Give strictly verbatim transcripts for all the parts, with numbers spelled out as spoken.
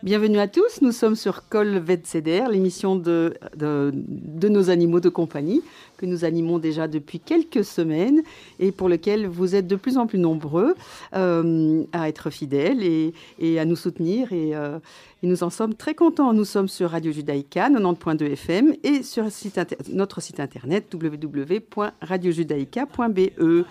Bienvenue à tous, nous sommes sur Kolvetséder, l'émission de, de, de nos animaux de compagnie que nous animons déjà depuis quelques semaines et pour lequel vous êtes de plus en plus nombreux euh, à être fidèles et, et à nous soutenir et, euh, et nous en sommes très contents. Nous sommes sur Radio Judaïka, quatre-vingt-dix point deux F M et sur site inter- notre site internet w w w point radio judaïka point b e.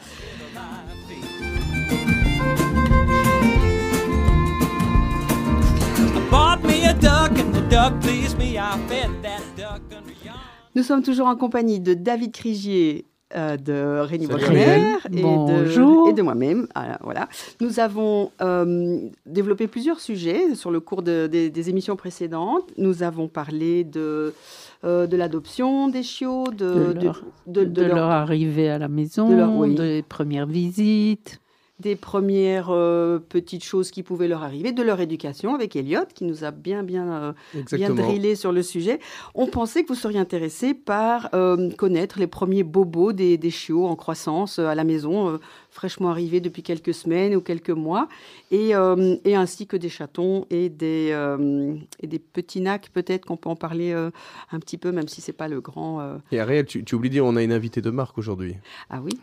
Nous sommes toujours en compagnie de David Crigier, euh, de Rémi Bochner et de, et de moi-même. Alors, voilà. Nous avons euh, développé plusieurs sujets sur le cours de, de, des émissions précédentes. Nous avons parlé de, euh, de l'adoption des chiots, de, de, leur, de, de, de, de leur, leur arrivée à la maison, de leur, oui. des premières visites. Des premières euh, petites choses qui pouvaient leur arriver, de leur éducation avec Elliot, qui nous a bien, bien, euh, bien drillé sur le sujet. On pensait que vous seriez intéressé par euh, connaître les premiers bobos des, des chiots en croissance euh, à la maison, euh, fraîchement arrivés depuis quelques semaines ou quelques mois, et, euh, et ainsi que des chatons et des, euh, et des petits nacs, peut-être qu'on peut en parler euh, un petit peu, même si ce n'est pas le grand... Euh... Et Ariel, tu, tu oublies de dire, on a une invitée de marque aujourd'hui. Ah oui.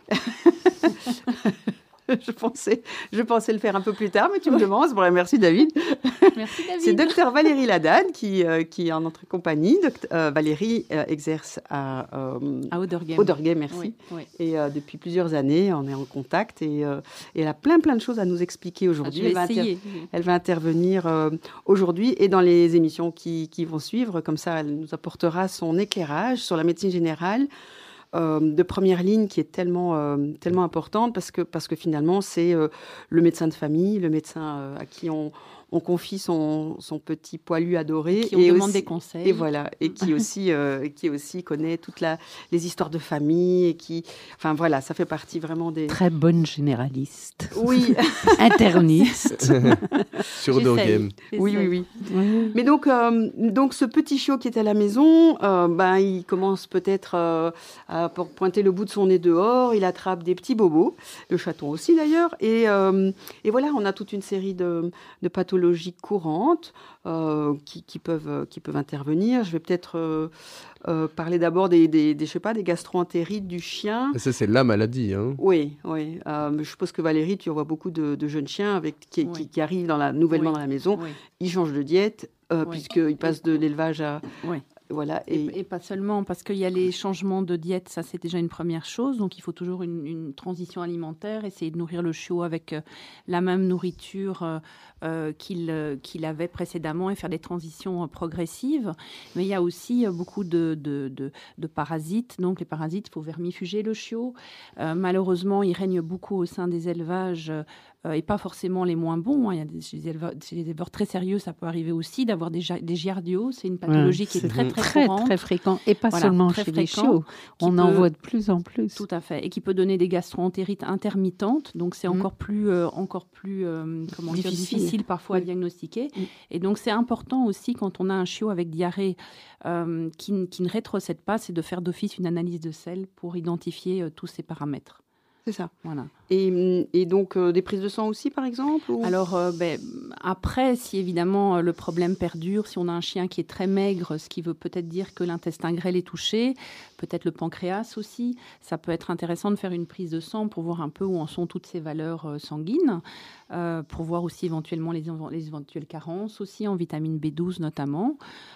Je pensais, je pensais le faire un peu plus tard, mais tu me demandes. Bon, merci David. Merci David. C'est docteur Valérie Ladanne qui, euh, qui est en notre compagnie. Docteur, euh, Valérie euh, exerce à, euh, à Auderghem. Auderghem, merci. Oui, oui. Et euh, depuis plusieurs années, on est en contact et, euh, et elle a plein plein de choses à nous expliquer aujourd'hui. Ah, elle, va inter- elle va intervenir euh, aujourd'hui et dans les émissions qui, qui vont suivre. Comme ça, elle nous apportera son éclairage sur la médecine générale. Euh, de première ligne qui est tellement, euh, tellement importante parce que, parce que finalement, c'est euh, le médecin de famille, le médecin euh, à qui on, on confie son, son petit poilu adoré. Qui on et demande aussi, des conseils. Et voilà, et qui aussi, euh, qui aussi connaît toutes la, les histoires de famille. Et qui, enfin voilà, ça fait partie vraiment des... Très bonne généraliste. Oui. Interniste. Sur Auderghem. Oui, oui, oui, oui. Mais donc, euh, donc, ce petit chiot qui est à la maison, euh, ben, il commence peut-être euh, à pour pointer le bout de son nez dehors, il attrape des petits bobos, le chaton aussi d'ailleurs, et, euh, et voilà, on a toute une série de, de pathologies courantes euh, qui, qui, peuvent, qui peuvent intervenir. Je vais peut-être euh, euh, parler d'abord des, des, des, je sais pas, des gastro-entérites du chien. Ça, c'est la maladie. Hein. Oui, oui. Euh, je suppose que Valérie, tu vois beaucoup de, de jeunes chiens avec, qui, oui. qui, qui arrivent dans la, nouvellement oui. dans la maison, oui. ils changent de diète, euh, oui. puisqu'ils passent de l'élevage à... Oui. Voilà, et... Et, et pas seulement, parce qu'il y a les changements de diète, ça c'est déjà une première chose, donc il faut toujours une, une transition alimentaire, essayer de nourrir le chiot avec euh, la même nourriture euh, euh, qu'il, euh, qu'il avait précédemment et faire des transitions euh, progressives. Mais il y a aussi euh, beaucoup de, de, de, de parasites, donc les parasites, il faut vermifuger le chiot. Euh, malheureusement, ils règnent beaucoup au sein des élevages euh, Euh, et pas forcément les moins bons. Hein. Il y a des, chez, les éleveurs, chez les éleveurs très sérieux, ça peut arriver aussi d'avoir des, des giardios. C'est une pathologie ouais, qui est très, très, très courante. Très fréquent. Et pas voilà, seulement chez les chiots. On peut, en voit de plus en plus. Tout à fait. Et qui peut donner des gastro-entérites intermittentes. Donc, c'est mmh. encore plus, euh, encore plus euh, comment difficile. Dire, difficile parfois oui. à diagnostiquer. Mmh. Et donc, c'est important aussi, quand on a un chiot avec diarrhée euh, qui, qui ne rétrocède pas, c'est de faire d'office une analyse de sel pour identifier euh, tous ces paramètres. C'est ça. Voilà. Et, et donc, euh, des prises de sang aussi, par exemple ou... Alors, euh, ben, après, si évidemment euh, le problème perdure, si on a un chien qui est très maigre, ce qui veut peut-être dire que l'intestin grêle est touché, peut-être le pancréas aussi, ça peut être intéressant de faire une prise de sang pour voir un peu où en sont toutes ces valeurs euh, sanguines, euh, pour voir aussi éventuellement les, les éventuelles carences aussi, en vitamine B douze notamment.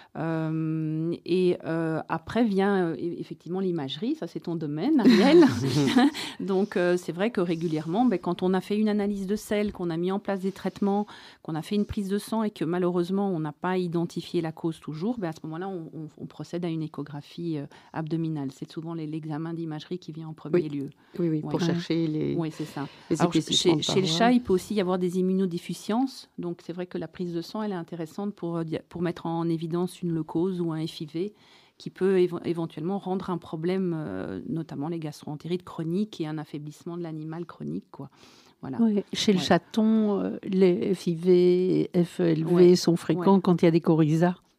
Euh, et euh, après vient euh, effectivement l'imagerie, ça c'est ton domaine, Ariel. Donc, euh, c'est vrai que régulièrement, ben, quand on a fait une analyse de sel, qu'on a mis en place des traitements, qu'on a fait une prise de sang et que malheureusement, on n'a pas identifié la cause toujours, ben, à ce moment-là, on, on, on procède à une échographie euh, abdominale. C'est souvent les, l'examen d'imagerie qui vient en premier oui. lieu. Oui, oui, pour ouais. chercher les Oui, c'est ça. Les Alors, chez, chez le chat, il peut aussi y avoir des immunodéficiences. Donc, c'est vrai que la prise de sang, elle est intéressante pour, pour mettre en évidence une leucose ou un F I V qui peut éve- éventuellement rendre un problème, euh, notamment les gastro-entérites chroniques et un affaiblissement de l'animal chronique, quoi. Voilà. Oui, chez ouais. le chaton, euh, les F I V, F L V ouais. sont fréquents ouais. quand il y a des coryzas.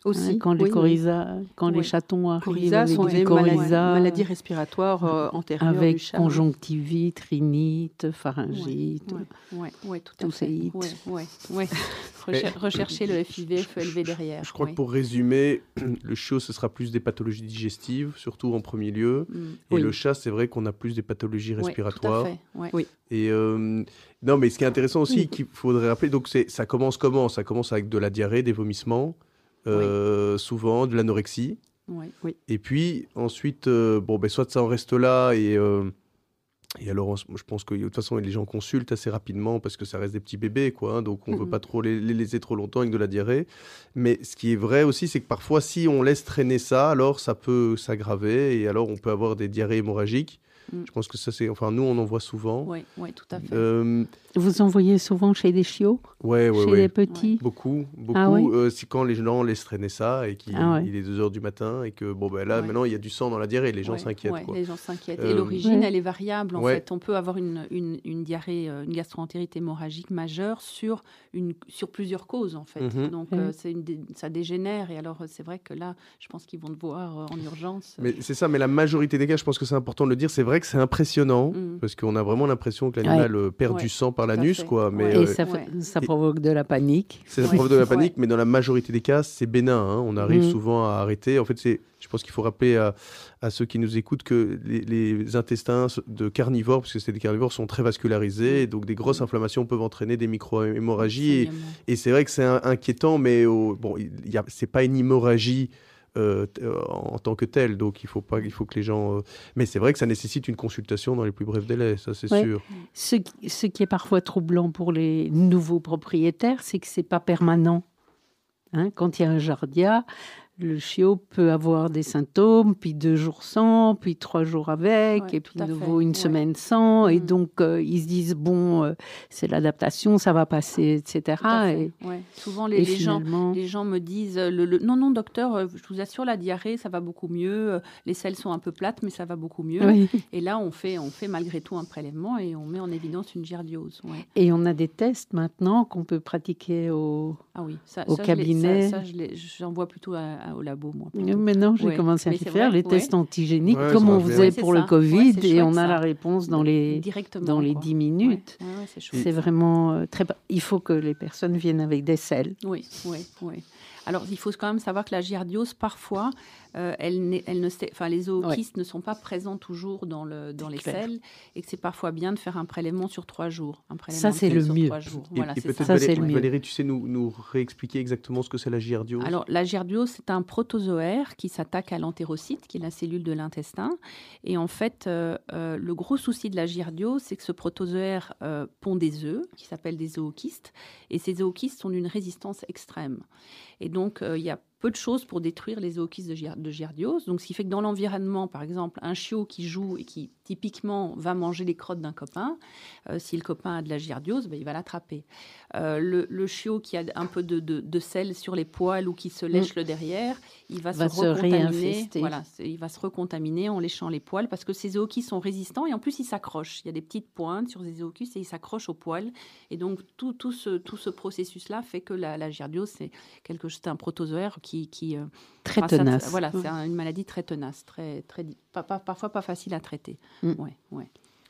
Aussi, hein, quand les oui, coryza, oui. quand oui. les chatons arrivent coryza avec sont des des coryza, maladies respiratoires euh, antérieures avec du chat. conjonctivite, rhinite, pharyngite, ouais, ouais, ouais, tout tous ces hits. Ouais, ouais, ouais. Recher- rechercher le F I V F E L V derrière. Je crois ouais. que pour résumer, le chiot, ce sera plus des pathologies digestives, surtout en premier lieu. Mm. Et oui. le chat, c'est vrai qu'on a plus des pathologies respiratoires. Ouais, tout à fait. Ouais. Oui. Et euh, non, mais ce qui est intéressant aussi, oui. qu'il faudrait rappeler, donc c'est, ça commence comment ? Ça commence avec de la diarrhée, des vomissements. Euh, oui. Souvent de l'anorexie. Oui. Oui. Et puis ensuite, euh, bon, ben, soit ça en reste là, et, euh, et alors je pense que de toute façon les gens consultent assez rapidement parce que ça reste des petits bébés, quoi, hein, donc on ne mm-hmm. veut pas trop les, les laisser trop longtemps avec de la diarrhée. Mais ce qui est vrai aussi, c'est que parfois, si on laisse traîner ça, alors ça peut s'aggraver et alors on peut avoir des diarrhées hémorragiques. Mm. Je pense que ça, c'est... Enfin, nous, on en voit souvent. Oui, oui, tout à fait. Euh... Vous en voyez souvent chez des chiots ? Ouais, ouais, chez ouais. les petits ? Beaucoup, beaucoup. Ah, oui. euh, c'est quand les gens laissent traîner ça et qu'il ah, ouais. il est deux heures du matin et que, bon, ben là, ouais. maintenant, il y a du sang dans la diarrhée. Les gens ouais, s'inquiètent. Ouais, quoi. les gens s'inquiètent. Euh... Et l'origine, ouais. elle est variable, en ouais. fait. On peut avoir une, une, une diarrhée, une gastroentérite hémorragique majeure sur, une, sur plusieurs causes, en fait. Mm-hmm. Donc, mmh. euh, c'est une dé... ça dégénère. Et alors, c'est vrai que là, je pense qu'ils vont devoir euh, en urgence. Mais c'est ça, mais la majorité des cas, je pense que c'est important de le dire. C'est vrai que c'est impressionnant mmh. parce qu'on a vraiment l'impression que l'animal ouais. perd ouais. du sang par l'anus, quoi. Mais, et euh, ça, ouais. ça provoque de la panique. Ça provoque de la panique, mais dans la majorité des cas, c'est bénin. Hein. On arrive mmh. souvent à arrêter. En fait, c'est, je pense qu'il faut rappeler à, à ceux qui nous écoutent que les, les intestins de carnivores, parce que c'est des carnivores, sont très vascularisés, donc des grosses inflammations peuvent entraîner des micro-hémorragies. Et, et c'est vrai que c'est un, inquiétant, mais oh, bon, y a, c'est pas une hémorragie Euh, en tant que tel, donc il faut pas, il faut que les gens. Euh... Mais c'est vrai que ça nécessite une consultation dans les plus brefs délais, ça c'est ouais. sûr. Ce, ce qui est parfois troublant pour les nouveaux propriétaires, c'est que c'est pas permanent. Hein, quand il y a un giardia, le chiot peut avoir des symptômes, puis deux jours sans, puis trois jours avec, ouais, et puis de nouveau fait. une ouais. semaine sans. Mmh. Et donc, euh, ils se disent, bon, euh, c'est l'adaptation, ça va passer, et cetera. Et, ouais. Souvent, les, les, finalement... gens, les gens me disent, le, le, non, non, docteur, je vous assure, la diarrhée, ça va beaucoup mieux. Les selles sont un peu plates, mais ça va beaucoup mieux. Oui. Et là, on fait, on fait malgré tout un prélèvement et on met en évidence une giardiose. Ouais. Et on a des tests maintenant qu'on peut pratiquer au, ah oui, ça, au ça, cabinet. Ça, ça j'en vois plutôt à, à au labo, moi. Maintenant, j'ai ouais. commencé à faire vrai, les ouais. tests antigéniques, ouais, comme on faisait ouais, pour le Covid, ouais, et on a ça. la réponse dans les, dans les dix minutes. Ouais. Ouais, c'est, c'est vraiment euh, très... Il faut que les personnes viennent avec des selles. Oui, oui, oui. Alors, il faut quand même savoir que la giardiose, parfois, euh, elle, elle ne, enfin, les zookystes ouais. ne sont pas présents toujours dans, le, dans les clair. selles et que c'est parfois bien de faire un prélèvement sur trois jours. Un prélèvement ça, c'est le mieux. Et, voilà, et c'est peut-être, ça. Valérie, ça, c'est le mieux. Valérie, tu sais nous, nous réexpliquer exactement ce que c'est la giardiose ? Alors, la giardiose, c'est un protozoaire qui s'attaque à l'entérocyte, qui est la cellule de l'intestin. Et en fait, euh, euh, le gros souci de la giardiose, c'est que ce protozoaire euh, pond des œufs, qui s'appellent des zookystes. Et ces zookystes sont d'une résistance extrême. Et donc, il euh, y a peu de choses pour détruire les zookystes de, gi- de giardiose. Donc, ce qui fait que dans l'environnement, par exemple, un chiot qui joue et qui, typiquement, va manger les crottes d'un copain, euh, si le copain a de la giardiose, ben, il va l'attraper. Euh, le, le chiot qui a un peu de, de, de sel sur les poils ou qui se lèche mmh. le derrière, il va, va se, se recontaminer. Voilà, il va se recontaminer en léchant les poils parce que ces zookystes sont résistants et en plus, ils s'accrochent. Il y a des petites pointes sur ces zookystes et ils s'accrochent aux poils. Et donc, tout, tout, ce, tout ce processus-là fait que la, la giardiose, c'est, quelque chose, c'est un protozoaire qui... qui euh, très tenace. Ça, voilà, ouais. c'est un, une maladie très tenace, très, très, pas, pas, parfois pas facile à traiter. Mmh. Ouais, ouais.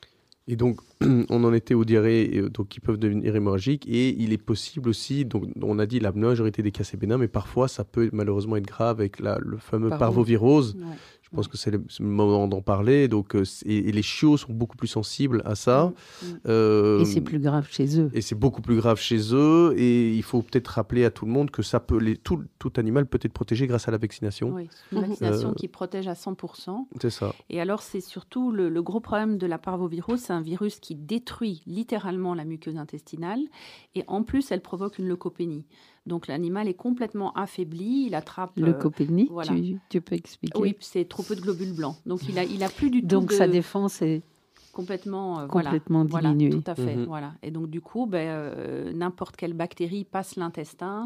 Et donc, on en était aux diarrhées donc, qui peuvent devenir hémorragiques. Et il est possible aussi, donc, on a dit la majorité des cas c'est bénin, mais parfois ça peut malheureusement être grave avec la, le fameux Parvo. parvovirose. Ouais. Je pense ouais. que c'est le, c'est le moment d'en parler. Donc, euh, et, et les chiots sont beaucoup plus sensibles à ça. Mmh. Euh, et c'est plus grave chez eux. Et c'est beaucoup plus grave chez eux. Et il faut peut-être rappeler à tout le monde que ça peut, les, tout, tout animal peut être protégé grâce à la vaccination. Oui, une vaccination euh, qui protège à cent pour cent. C'est ça. Et alors, c'est surtout le, le gros problème de la parvovirose. C'est un virus qui détruit littéralement la muqueuse intestinale. Et en plus, elle provoque une leucopénie. Donc, l'animal est complètement affaibli, il attrape... Leucopénie, euh, voilà. tu, tu peux expliquer ? Oui, c'est trop peu de globules blancs. Donc, il a, il a plus du tout donc, de... sa défense est... Complètement, euh, complètement voilà, diminuée. Voilà, tout à fait, mmh. voilà. Et donc, du coup, ben, euh, n'importe quelle bactérie passe l'intestin,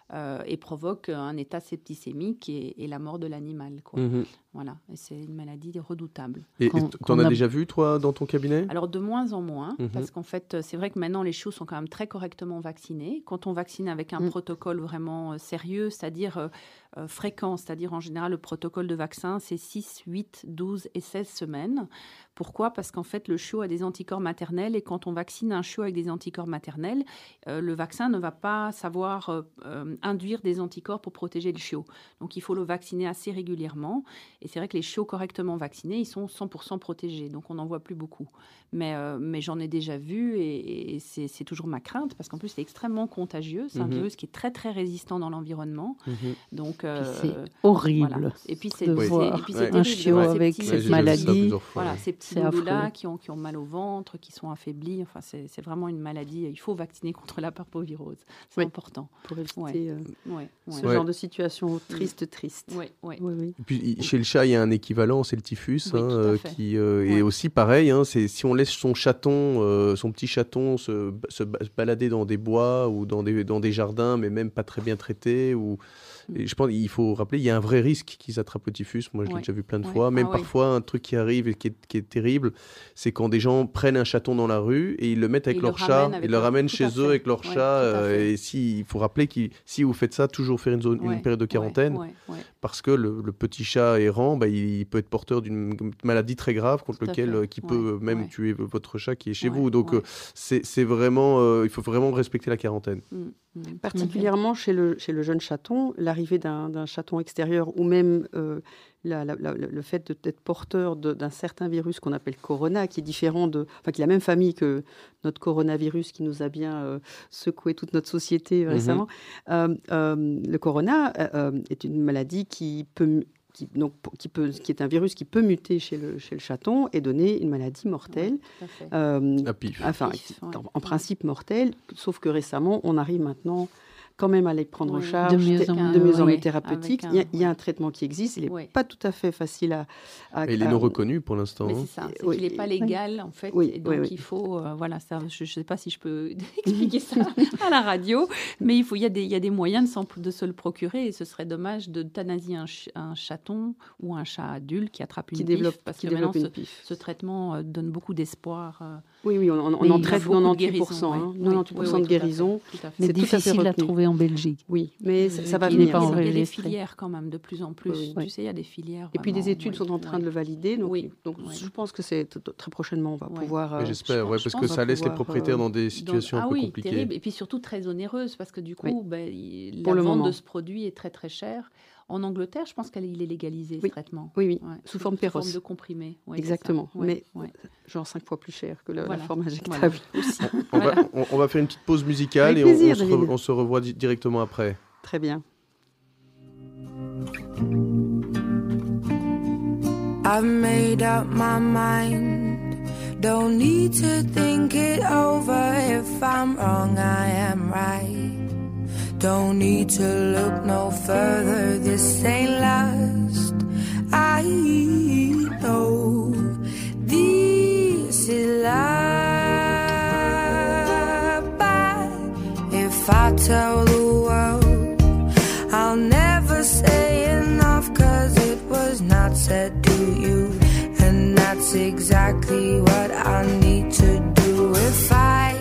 euh, et provoque un état septicémique et, et la mort de l'animal, quoi. Mmh. Voilà, et c'est une maladie redoutable. Et tu en as a... déjà vu, toi, dans ton cabinet ? Alors, de moins en moins, mmh. parce qu'en fait, c'est vrai que maintenant, les chiots sont quand même très correctement vaccinés. Quand on vaccine avec un mmh. protocole vraiment euh, sérieux, c'est-à-dire euh, euh, fréquent, c'est-à-dire en général, le protocole de vaccin, c'est six, huit, douze et seize semaines. Pourquoi ? Parce qu'en fait, le chiot a des anticorps maternels et quand on vaccine un chiot avec des anticorps maternels, euh, le vaccin ne va pas savoir euh, euh, induire des anticorps pour protéger le chiot. Donc, il faut le vacciner assez régulièrement. Et c'est vrai que les chiots correctement vaccinés, ils sont cent pour cent protégés. Donc, on n'en voit plus beaucoup. Mais, euh, mais j'en ai déjà vu et, et c'est, c'est toujours ma crainte parce qu'en plus, c'est extrêmement contagieux. C'est mmh. un virus qui est très, très résistant dans l'environnement. Mmh. Donc, euh, c'est horrible voilà. Et puis, c'est, de c'est, voir et puis, c'est un chiot ouais. avec petits, cette ouais, maladie. Voilà, ces petits loulous-là qui ont, qui ont mal au ventre, qui sont affaiblis. Enfin, c'est, c'est vraiment une maladie. Il faut vacciner contre la parvovirose. C'est oui. important. Pour éviter ouais. euh, ouais. ce ouais. genre de situation triste, triste. Ouais. Ouais. Oui, oui. Et puis, chez le chat, il y a un équivalent, c'est le typhus. Oui, hein, euh, qui euh, ouais. est aussi pareil. Hein, c'est, si on laisse son chaton, euh, son petit chaton se, se balader dans des bois ou dans des, dans des jardins, mais même pas très bien traités, ou... Et je pense qu'il faut rappeler, il y a un vrai risque qu'ils attrapent le typhus. Moi, je l'ai ouais. déjà vu plein de ouais. fois. Même ah, parfois, ouais. un truc qui arrive et qui est, qui est terrible, c'est quand des gens prennent un chaton dans la rue et ils le mettent avec et leur le chat, ils le ramènent chez eux avec leur ouais, chat. Euh, et si, il faut rappeler que si vous faites ça, toujours faire une, zone, ouais. une période de quarantaine, ouais. Ouais. Ouais. parce que le, le petit chat errant, bah, il peut être porteur d'une maladie très grave contre laquelle euh, qui ouais. peut même ouais. tuer votre chat qui est chez ouais. vous. Donc, ouais. euh, c'est, c'est vraiment, euh, il faut vraiment respecter la quarantaine. Mm. Mmh. Particulièrement chez le, chez le jeune chaton, l'arrivée d'un, d'un chaton extérieur ou même euh, la, la, la, le fait de, d'être porteur de, d'un certain virus qu'on appelle corona, qui est différent de, enfin qui est la même famille que notre coronavirus qui nous a bien euh, secoué toute notre société récemment. Mmh. Euh, euh, le corona euh, est une maladie qui peut Qui, donc, qui, peut, qui est un virus qui peut muter chez le, chez le chaton et donner une maladie mortelle. Oui, euh, à pif. Enfin, pif, en, ouais. en principe mortelle, sauf que récemment, on arrive maintenant quand même à les prendre oui, en charge de mieux en mieux, de mieux en mieux oui, thérapeutique. un, il, y a, il y a un traitement qui existe, il n'est oui. pas tout à fait facile à... à et il est non reconnu pour l'instant. Mais c'est ça, c'est oui. qu'il n'est pas légal oui. en fait, oui, et donc oui, oui. il faut... Euh, voilà, ça, je ne sais pas si je peux expliquer ça à la radio, mais il, faut, il, y a des, il y a des moyens de, de se le procurer et ce serait dommage de d'euthanasier un, ch- un chaton ou un chat adulte qui attrape une qui pif, développe, parce qui que maintenant une ce, pif. ce traitement euh, donne beaucoup d'espoir. Euh, oui, oui, on, on, on en traite quatre-vingt-dix pour cent, hein, oui, quatre-vingt-dix pour cent oui, de guérison. Mais c'est difficile à trouver en Belgique. Oui, mais ça, ça va il venir. Pas il y a des filières quand même de plus en plus. Oui, tu oui. sais, il y a des filières. Et puis des études oui, sont en train oui. de le valider. Donc, oui, donc oui. je pense que c'est t- très prochainement on va oui. pouvoir. Euh, j'espère, ouais, parce que ça laisse pouvoir, les propriétaires dans des situations dans... un ah peu oui, compliquées. Terrible. Et puis surtout très onéreuses parce que du coup, oui. ben, il, Pour la le vente moment. de ce produit est très très chère. En Angleterre, je pense qu'il est légalisé oui. ce traitement. Oui, oui, ouais. sous forme Péros. Sous forme de comprimé. Ouais, exactement. Ouais, mais ouais. genre cinq fois plus cher que le, voilà. la forme injectable. Voilà. Aussi. on, va, on, on va faire une petite pause musicale Avec et plaisir, on, on, se re, on se revoit di- directement après. Très bien. I've made up my mind. Don't need to think it over. If I'm wrong, I am right. Don't need to look no further. This ain't last. I know this is life. But if I tell the world, I'll never say enough, 'cause it was not said to you. And that's exactly what I need to do if I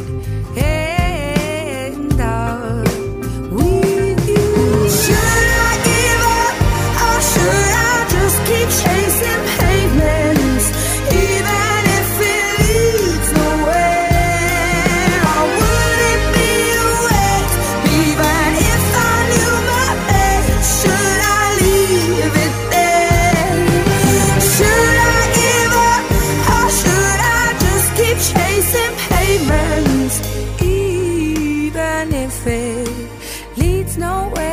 end up with you. Should I give up or should I just keep chasing pavements, even if it leads nowhere? I wouldn't be a waste, even if I knew my fate. Should I leave it there? Should I give up or should I just keep chasing pavements, even if it leads nowhere?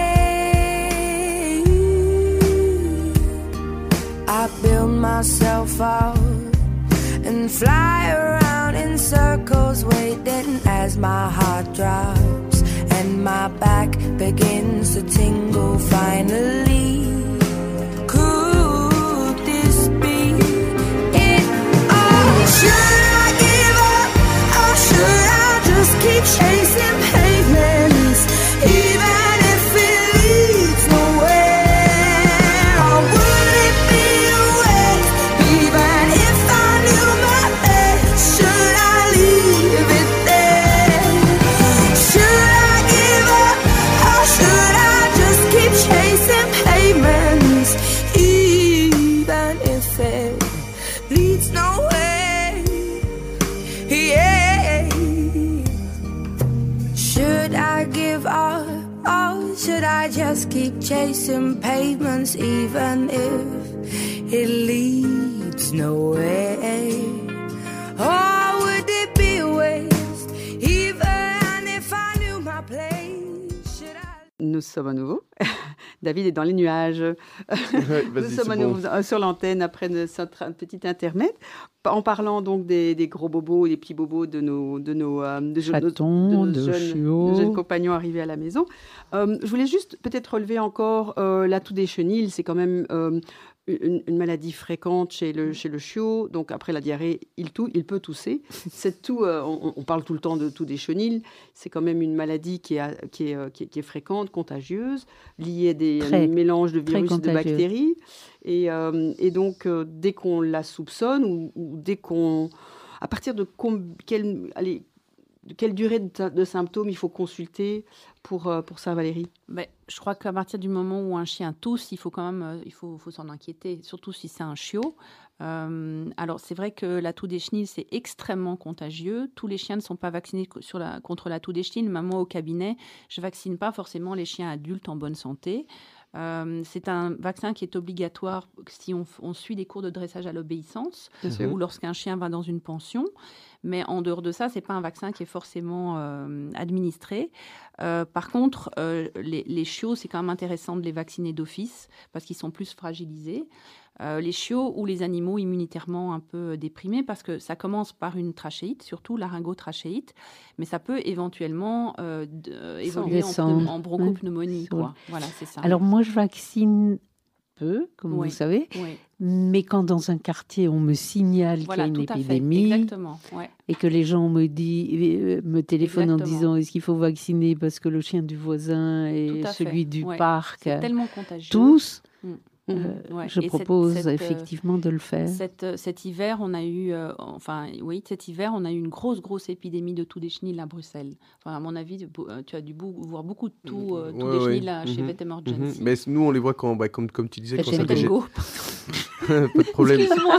I build myself up and fly around in circles, waiting as my heart drops and my back begins to tingle. Finally, could this be it all? Should I give up or should I just keep chasing pavements, even just keep chasing pavements, even if it leads nowhere. Or would it be a waste, even if I knew my place? Should I... Nous sommes à nouveau. David est dans les nuages. Ouais, Nous sommes à nouveau bon. sur l'antenne après notre petit intermède. En parlant donc des, des gros bobos, des petits bobos de nos, de nos, euh, de Chatons, de nos de jeunes, chiots. de jeunes compagnons arrivés à la maison. Euh, je voulais juste peut-être relever encore euh, la toux des chenilles. C'est quand même euh, une, une maladie fréquente chez le, chez le chiot. Donc après la diarrhée, il, tou, il peut tousser. Cette toux, euh, on, on parle tout le temps de toux des chenilles. C'est quand même une maladie qui est, qui est, qui est, qui est fréquente, contagieuse, liée à des très, mélanges de virus et de bactéries. Et, euh, et donc, euh, dès qu'on la soupçonne ou, ou dès qu'on... À partir de, com- quelle, allez, de quelle durée de, de symptômes il faut consulter pour, euh, pour ça, Valérie ? Ben, je crois qu'à partir du moment où un chien tousse, il faut quand même euh, il faut, faut s'en inquiéter, surtout si c'est un chiot. Euh, alors, c'est vrai que la toux des chenilles, c'est extrêmement contagieux. Tous les chiens ne sont pas vaccinés sur la, contre la toux des chenilles. Même moi, au cabinet, je ne vaccine pas forcément les chiens adultes en bonne santé. Euh, c'est un vaccin qui est obligatoire si on, on suit des cours de dressage à l'obéissance mmh. ou lorsqu'un chien va dans une pension. Mais en dehors de ça, ce n'est pas un vaccin qui est forcément euh, administré. Euh, par contre, euh, les, les chiots, c'est quand même intéressant de les vacciner d'office parce qu'ils sont plus fragilisés. Euh, les chiots ou les animaux immunitairement un peu déprimés, parce que ça commence par une trachéite, surtout laryngotrachéite, mais ça peut éventuellement euh, d- euh, évoluer en, pneum- en bronchopneumonie. Oui. Quoi. Voilà, c'est ça. Alors moi, je vaccine peu, comme oui. vous savez, oui. mais quand dans un quartier, on me signale voilà, qu'il y a une tout à épidémie, fait. Exactement. Ouais. et que les gens me, dit, me téléphonent Exactement. en disant « est-ce qu'il faut vacciner parce que le chien du voisin et celui fait. du ouais. parc C'est tellement contagieux. tous mm. Euh, ouais. je et propose cette, cette, effectivement de le faire. Cet, cet hiver, on a eu, euh, enfin, oui, cet hiver, on a eu une grosse, grosse épidémie de toux des chenilles à Bruxelles. Enfin, à mon avis, tu as dû voir beaucoup de toux, euh, toux ouais, des ouais. chenilles là, mm-hmm. chez Vet Emergency. Mm-hmm. Mais nous, on les voit quand, bah, comme, comme tu disais, quand ça dégénère. Pas de problème.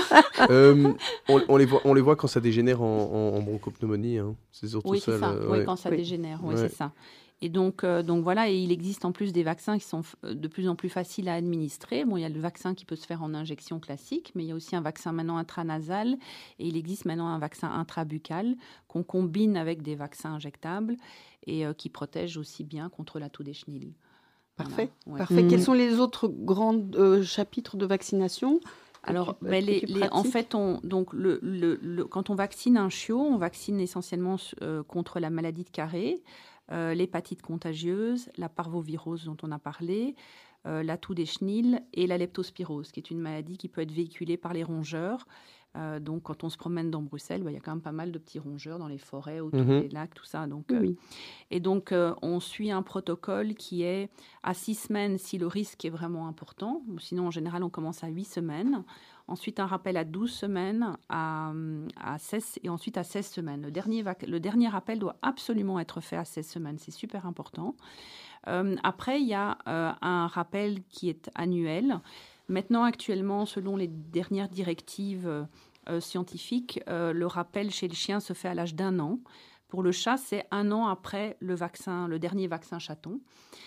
euh, on, on, les voit, on les voit quand ça dégénère en, en, en bronchopneumonie. Hein. C'est surtout oui, ça. c'est ça. Le, oui, ouais. quand ça oui. dégénère, oui, ouais. c'est ça. Et donc, euh, donc voilà, et il existe en plus des vaccins qui sont de plus en plus faciles à administrer. Bon, il y a le vaccin qui peut se faire en injection classique, mais il y a aussi un vaccin maintenant intranasal et il existe maintenant un vaccin intrabuccal qu'on combine avec des vaccins injectables et euh, qui protègent aussi bien contre la toux des chenilles. Parfait. Voilà. Ouais. Parfait. Mmh. Quels sont les autres grands euh, chapitres de vaccination ? Alors, ben les, les, en fait, on, donc le, le, le, quand on vaccine un chiot, on vaccine essentiellement euh, contre la maladie de Carré, euh, l'hépatite contagieuse, la parvovirose dont on a parlé, euh, la toux des chenilles et la leptospirose, qui est une maladie qui peut être véhiculée par les rongeurs. Euh, donc, quand on se promène dans Bruxelles, il ben, y a quand même pas mal de petits rongeurs dans les forêts, autour mmh. des lacs, tout ça. Donc, oui. euh, et donc, euh, on suit un protocole qui est à six semaines si le risque est vraiment important. Sinon, en général, on commence à huit semaines. Ensuite, un rappel à douze semaines, à, à seize, et ensuite à seize semaines. Le dernier, vac- le dernier rappel doit absolument être fait à seize semaines. C'est super important. Euh, après, il y a euh, un rappel qui est annuel. Maintenant, actuellement, selon les dernières directives euh, scientifiques, euh, le rappel chez le chien se fait à l'âge d'un an. Pour le chat, c'est un an après le vaccin, le dernier vaccin chaton.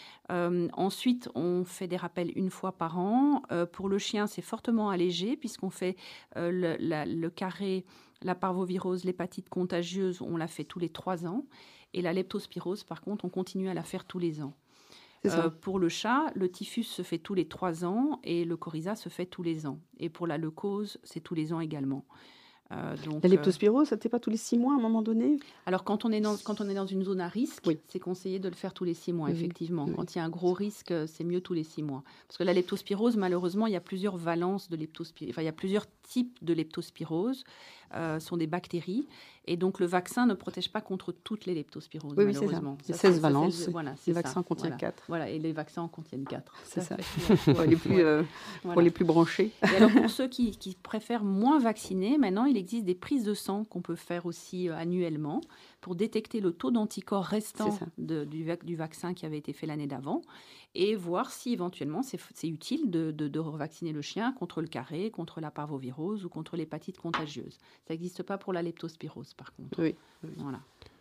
Euh, ensuite, on fait des rappels une fois par an. Euh, pour le chien, c'est fortement allégé puisqu'on fait euh, le, la, le carré, la parvovirose, l'hépatite contagieuse, on la fait tous les trois ans. Et la leptospirose, par contre, on continue à la faire tous les ans. Euh, pour le chat, le typhus se fait tous les trois ans et le coryza se fait tous les ans. Et pour la leucose, c'est tous les ans également. Euh, donc, la leptospirose, ça n'était pas tous les six mois à un moment donné ? Alors, quand on est dans, quand on est dans une zone à risque, oui. c'est conseillé de le faire tous les six mois, mmh. effectivement. Mmh. Quand il y a un gros risque, c'est mieux tous les six mois. Parce que la leptospirose, malheureusement, il y a plusieurs valences de leptospirose. Enfin, il y a plusieurs types de leptospirose. Euh, sont des bactéries. Et donc, le vaccin ne protège pas contre toutes les leptospiroses, oui, malheureusement. Oui, c'est ça. C'est seize valences. C'est, voilà, les vaccins contiennent voilà. quatre. Voilà, et les vaccins en contiennent quatre. C'est ça. ça. Pour, les plus, euh, voilà. pour les plus branchés. Et alors, pour ceux qui, qui préfèrent moins vacciner, maintenant, il existe des prises de sang qu'on peut faire aussi euh, annuellement pour détecter le taux d'anticorps restant de, du, du vaccin qui avait été fait l'année d'avant et voir si éventuellement c'est, c'est utile de, de, de revacciner le chien contre le carré, contre la parvovirose ou contre l'hépatite contagieuse. Ça n'existe pas pour la leptospirose, par contre. Oui. Voilà.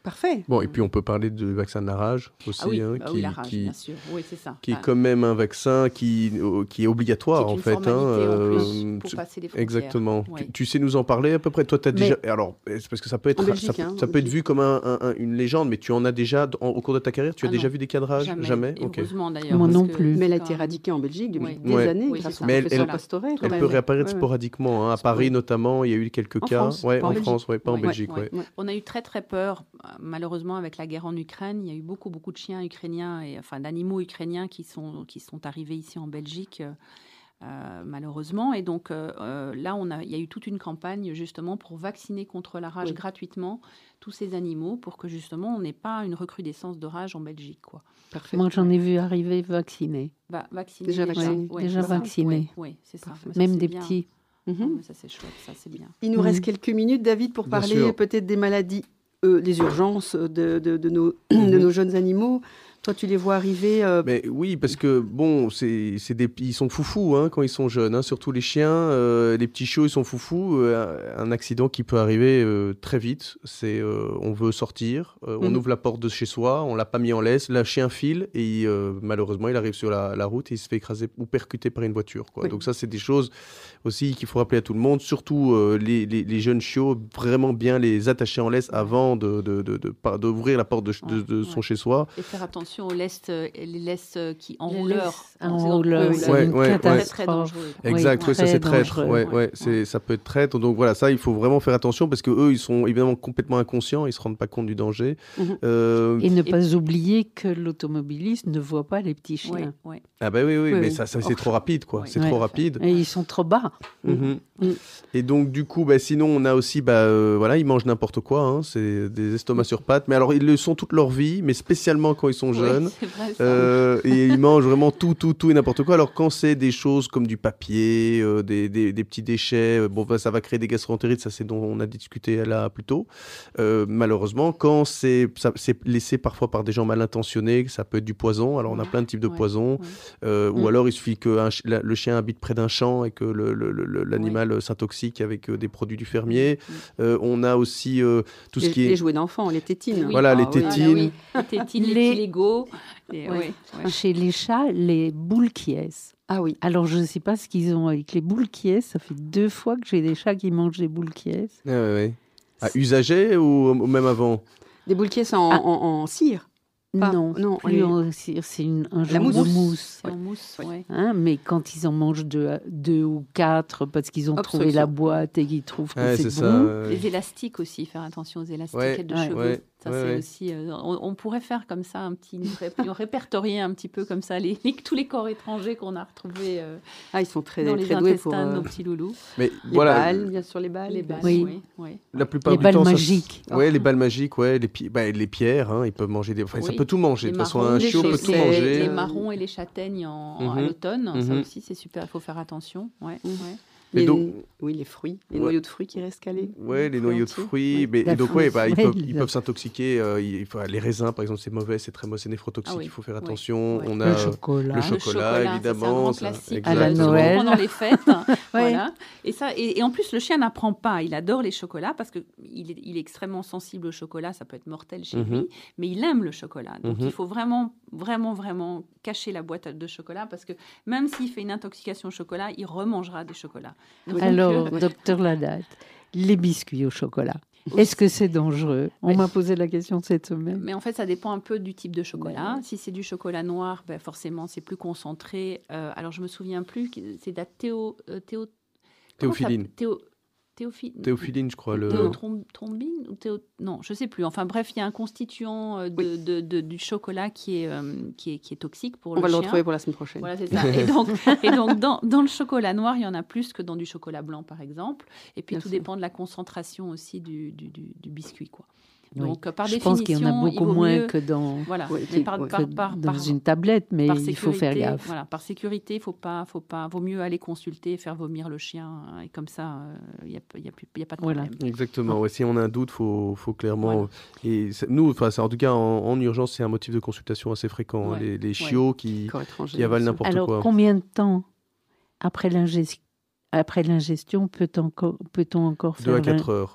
Parfait. Bon, et puis on peut parler du vaccin de la rage aussi, Ah oui, hein, ah qui, oui, la rage, qui, bien sûr. Oui, c'est ça. qui est Ah, quand même un vaccin qui, euh, qui est obligatoire qui est en une fait. formalité en euh, plus pour tu- passer les frontières. Exactement. Oui. Tu, tu sais nous en parler à peu près. Toi, tu as Mais- déjà. Alors, c'est parce que ça peut être, En Belgique, ça, hein, ça en peut être Belgique. vu comme un- un- un- une légende, mais tu en as déjà en- au cours de ta carrière. Tu as Ah déjà non. vu des cas de rage? Jamais. Et Ok. heureusement d'ailleurs. Moi parce non que plus. c'est Mais elle a quand été même- éradiquée en Belgique depuis Oui. des Ouais. années Oui, grâce c'est au ça. Mais professeur elle- Pastoret. Elle quand peut même. réapparaître Ouais, ouais. sporadiquement. hein. À Paris Ouais. notamment, il y a eu quelques En cas. France, ouais, pas en en Belgique. France, ouais, pas en Ouais, Belgique. ouais. ouais. Ouais. On a eu très très peur, euh, malheureusement, avec la guerre en Ukraine. Il y a eu beaucoup beaucoup de chiens ukrainiens et enfin d'animaux ukrainiens qui sont qui sont arrivés ici en Belgique, euh, euh, malheureusement. Et donc euh, euh, là, on a il y a eu toute une campagne justement pour vacciner contre la rage Oui. gratuitement tous ces animaux pour que justement on n'ait pas une recrudescence de rage en Belgique, quoi. Parfait. Moi, j'en ai vu arriver vaccinés. Va- vacciner Déjà les chats. vacciné. Ouais, Déjà c'est ça. vacciné. Oui, oui, c'est ça. Parfait. Mais ça, Même c'est des bien. petits. Non, Mhm. mais ça c'est chouette, ça c'est bien. Il nous Mhm. reste quelques minutes, David, pour Bien parler sûr. peut-être des maladies, euh, des urgences de, de- de nos, Mhm. de nos jeunes animaux. Toi, tu les vois arriver. euh, Mais oui, parce que bon, c'est c'est des ils sont foufous hein, quand ils sont jeunes, hein, surtout les chiens, euh, les petits chiots ils sont foufous. euh, un accident qui peut arriver euh, très vite, c'est euh, on veut sortir, euh, on Mhm. ouvre la porte de chez soi, on l'a pas mis en laisse, le chien file et euh, malheureusement il arrive sur la, la route et il se fait écraser ou percuter par une voiture. Quoi. Oui. Donc ça c'est des choses aussi qu'il faut rappeler à tout le monde, surtout euh, les, les, les jeunes chiots, vraiment bien les attacher en laisse avant de de, de, de, pas- d'ouvrir la porte de, de- de Ouais, son ouais. chez soi. Et faire attention aux laisses, euh, les laisses euh, qui Les enrouleurs. laisses Donc, enrouleurs, c'est c'est donc- Ouais, une ouais, ouais. Très très catastrophe. dangereux. quoi. Exact, Oui, ouais, ça très c'est traître. dangereux. Ouais, Ouais, ouais, c'est, ouais. ça peut être traître. Donc voilà, ça il faut vraiment faire attention parce que eux ils sont évidemment complètement inconscients, ils se rendent pas compte du danger. Mhm. Euh, Et ne Et- pas oublier que l'automobiliste ne voit pas les petits Ouais, chiens. ouais. Ah bah oui, oui, Oui, mais oui. ça, ça c'est Oh. trop rapide quoi. Oui. C'est Ouais. trop rapide. Et ils sont trop bas. Mhm. Mhm. Et donc du coup, bah, sinon on a aussi, bah, euh, voilà, ils mangent n'importe quoi. Hein, c'est des estomacs sur pattes. Mais alors ils le sont toute leur vie, mais spécialement quand ils sont Oui, jeunes. c'est vrai, ça. Euh, et ils mangent vraiment tout, tout, tout et n'importe quoi. Alors quand c'est des choses comme du papier, euh, des, des, des petits déchets, euh, bon, bah, ça va créer des gastroentérites, ça c'est dont on a discuté là plus tôt. Euh, malheureusement, quand c'est, ça- c'est laissé parfois par des gens mal intentionnés, ça peut être du poison. Alors on a Ouais, plein de types de ouais, poisons. ouais. Euh, Mm. Ou alors il suffit que un chi- la- le chien habite près d'un champ et que le- le- le- l'animal euh, s'intoxique avec euh, des produits du fermier. Mm. Euh, on a aussi euh, tout ce les, qui est... les jouets d'enfants, les tétines. Oui. Voilà, les Ah oui. Ah, là, tétines. oui. Les tétines, les Les- petits Legos. Et, Ouais. ouais, ouais. Chez les chats, les boules qui est. Ah oui. Alors, je ne sais pas ce qu'ils ont avec les boules qui est. Ça fait deux fois que j'ai des chats qui mangent des boules qui est. Ah, ouais, ouais. Ah, usagé ou, ou même avant? Des boules qui sont en, Ah. en- en cire. Pas- Non, non, plus les- en- c'est c'est une- un genre mousse. de mousse. C'est en mousse, ouais. Hein, mais quand ils en mangent deux, deux ou quatre parce qu'ils ont trouvé Obstruction. la boîte et qu'ils trouvent que Ouais, c'est c'est bon. ça. ouais. Les élastiques aussi, faire attention aux élastiques Ouais, de ouais, cheveux. ouais, ça, ouais, c'est ouais. aussi. euh, on, on pourrait faire comme ça un petit, une ré- une répertorier un petit peu comme ça les, les- tous les corps étrangers qu'on a retrouvés euh, Ah, ils sont très, dans les très doués pour intestins de euh, nos petits loulous. Mais les voilà, balles, bien sûr les balles. Les balles, Oui. oui. oui. la plupart Les du balles temps, ça- magiques. Ouais, les balles magiques, ouais, les, pi- bah, les pierres, hein, ils peuvent manger des. Enfin, ça Oui. peut tout manger. Les De toute façon, marrons, un les chiot peut tout chaussets, manger. Les Euh, marrons et les châtaignes en, en- à Mhm. l'automne, ça Mhm. aussi c'est super, il faut faire attention. Ouais, Mhm. ouais. Mais Les- donc- Oui, les fruits, les Ouais. noyaux de fruits qui restent calés. Ouais, les Fruits noyaux de entiers. fruits. Oui. Mais, La et donc, ouais, fruit- bah, ils ouais, peuvent, la- ils peuvent s'intoxiquer. euh, il faut- les raisins, par exemple, c'est mauvais, c'est très mauvais, c'est néphrotoxique, Ah oui. il faut faire Oui. attention. Ouais. On a Le euh, chocolat. le chocolat, ça, évidemment, c'est un grand ça, classique exact. À la euh, souvent Noël. pendant les fêtes. Voilà. Et, ça, et, et en plus, le chien n'apprend pas. Il adore les chocolats parce qu'il est, il est extrêmement sensible au chocolat. Ça peut être mortel chez Mhm. lui, mais il aime le chocolat. Donc Mhm. il faut vraiment, vraiment, vraiment cacher la boîte de chocolat parce que même s'il fait une intoxication au chocolat, il remangera des chocolats. Donc, Alors, euh, docteur Ladat, les biscuits au chocolat. Est-ce que c'est dangereux? On Mais- m'a posé la question cette semaine. Mais en fait, ça dépend un peu du type de chocolat. Si c'est du chocolat noir, ben forcément, c'est plus concentré. Euh, alors, je me souviens plus, c'est de la théo, euh, théo, comment ça Théophiline. s'appelle Théo, théophi- Théophiline, je crois. Le... Théothrombine ou théo... Non, je sais plus. Enfin bref, il y a un constituant euh, de, Oui. de- de- du chocolat qui est, euh, qui est, qui est toxique pour On le va le chien. retrouver pour la semaine prochaine. Voilà, c'est ça. Et donc, et donc dans, dans le chocolat noir, il y en a plus que dans du chocolat blanc, par exemple. Et puis, Bien tout sûr. dépend de la concentration aussi du, du, du- du biscuit, quoi. Oui. Donc, euh, par Je définition, pense qu'il y en a il beaucoup vaut moins mieux- que dans, Voilà, Ouais, mais qui- par, ouais. par, que par, dans par- une tablette, mais par il faut faire sécurité, gaffe. Voilà, par sécurité, il faut pas, faut pas, vaut mieux aller consulter, faire vomir le chien, hein, et comme ça, il n'y a, y a, plus- y a pas de Voilà. problème. Exactement. Ouais, si on a un doute, faut, faut clairement. Voilà. Et c'est- nous, enfin, c'est- en tout cas, en, en urgence, c'est un motif de consultation assez fréquent. hein, Ouais. Les, les chiots qui, Corps étranger. qui avalent bien sûr. n'importe Alors, quoi. combien de temps après l'ingestion, après l'ingestion peut-on encore, peut-on encore Deux faire à l'in- quatre heures.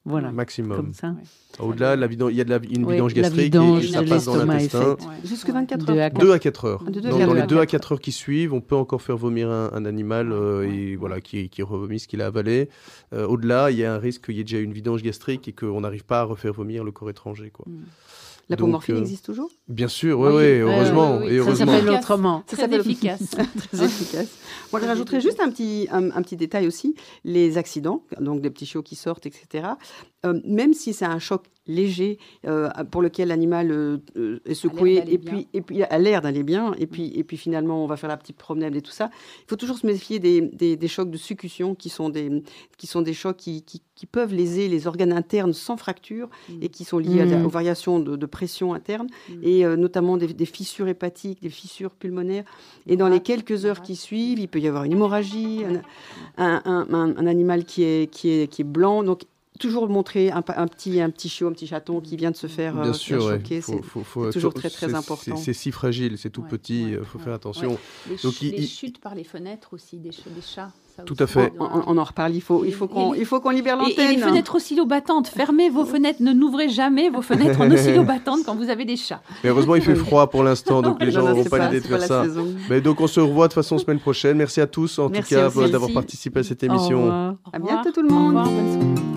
Voilà. Maximum. Comme ça. Ouais. Au-delà, la vidange, il y a de la, une Ouais, vidange la gastrique vidange et ça de passe dans l'estomac est l'intestin. faite. Ouais. Jusque Ouais. vingt-quatre Deux à heures. quatre. deux à quatre heures. De deux à Dans, quatre dans les heures. deux à quatre heures qui suivent, on peut encore faire vomir un, un animal euh, et voilà, qui, qui revomit ce qu'il a avalé. Euh, au-delà, il y a un risque qu'il y ait déjà une vidange gastrique et qu'on n'arrive pas à refaire vomir le corps étranger. Quoi. Mm. La Donc, pomorphine euh, existe toujours? Bien sûr, oui, Oui, oui, ouais, heureusement. ouais, ouais, et ouais. Ça heureusement. s'appelle Efficace. autrement. Très s'appelle- efficace. Très efficace. Moi, je rajouterais juste un petit, un, un petit détail aussi, les accidents, donc des petits chiots qui sortent, et cetera. Euh, même si c'est un choc léger euh, pour lequel l'animal euh, euh, est secoué d'aller et bien. puis, et puis a l'air d'aller bien, et puis, et puis finalement on va faire la petite promenade et tout ça, il faut toujours se méfier des, des, des chocs de succution qui sont des, qui sont des chocs qui, qui, qui peuvent léser les organes internes sans fracture Mm. et qui sont liés à la- Mm. aux variations de, de pression interne Mm. et euh, notamment des, des fissures hépatiques, des fissures pulmonaires. Et dans les quelques heures qui suivent, il peut y avoir une hémorragie, un, un, un- un- un animal qui est, qui, est, qui est blanc. Donc, toujours montrer un, pa- un, petit, un petit chiot, un petit chaton qui vient de se faire, euh, Bien se sûr, faire ouais. choquer. Faut- c'est- faut- faut- c'est toujours faut- très, très c'est- important. C'est c'est si fragile, c'est tout Ouais, petit, il ouais, faut ouais. faire attention. Les, Donc, ch- il- les il- chutes par les fenêtres aussi, des, ch- des chats. Ça Tout aussi, à fait. On, on- on en reparle, il faut, il faut qu'on il faut qu'on libère Et, et l'antenne. les fenêtres oscillobattantes. Fermez vos fenêtres, ne n'ouvrez jamais vos fenêtres en oscillobattante quand vous avez des chats. Mais heureusement, il fait froid pour l'instant, donc les Non, gens non, n'auront c'est pas pas- l'idée de c'est pas faire la ça. saison. Mais donc, on se revoit de toute façon semaine prochaine. Merci à tous, en Merci tout cas, à vous. d'avoir Merci. participé à cette Au émission. revoir. À Au bientôt revoir. tout le Au monde. revoir, bonne soirée.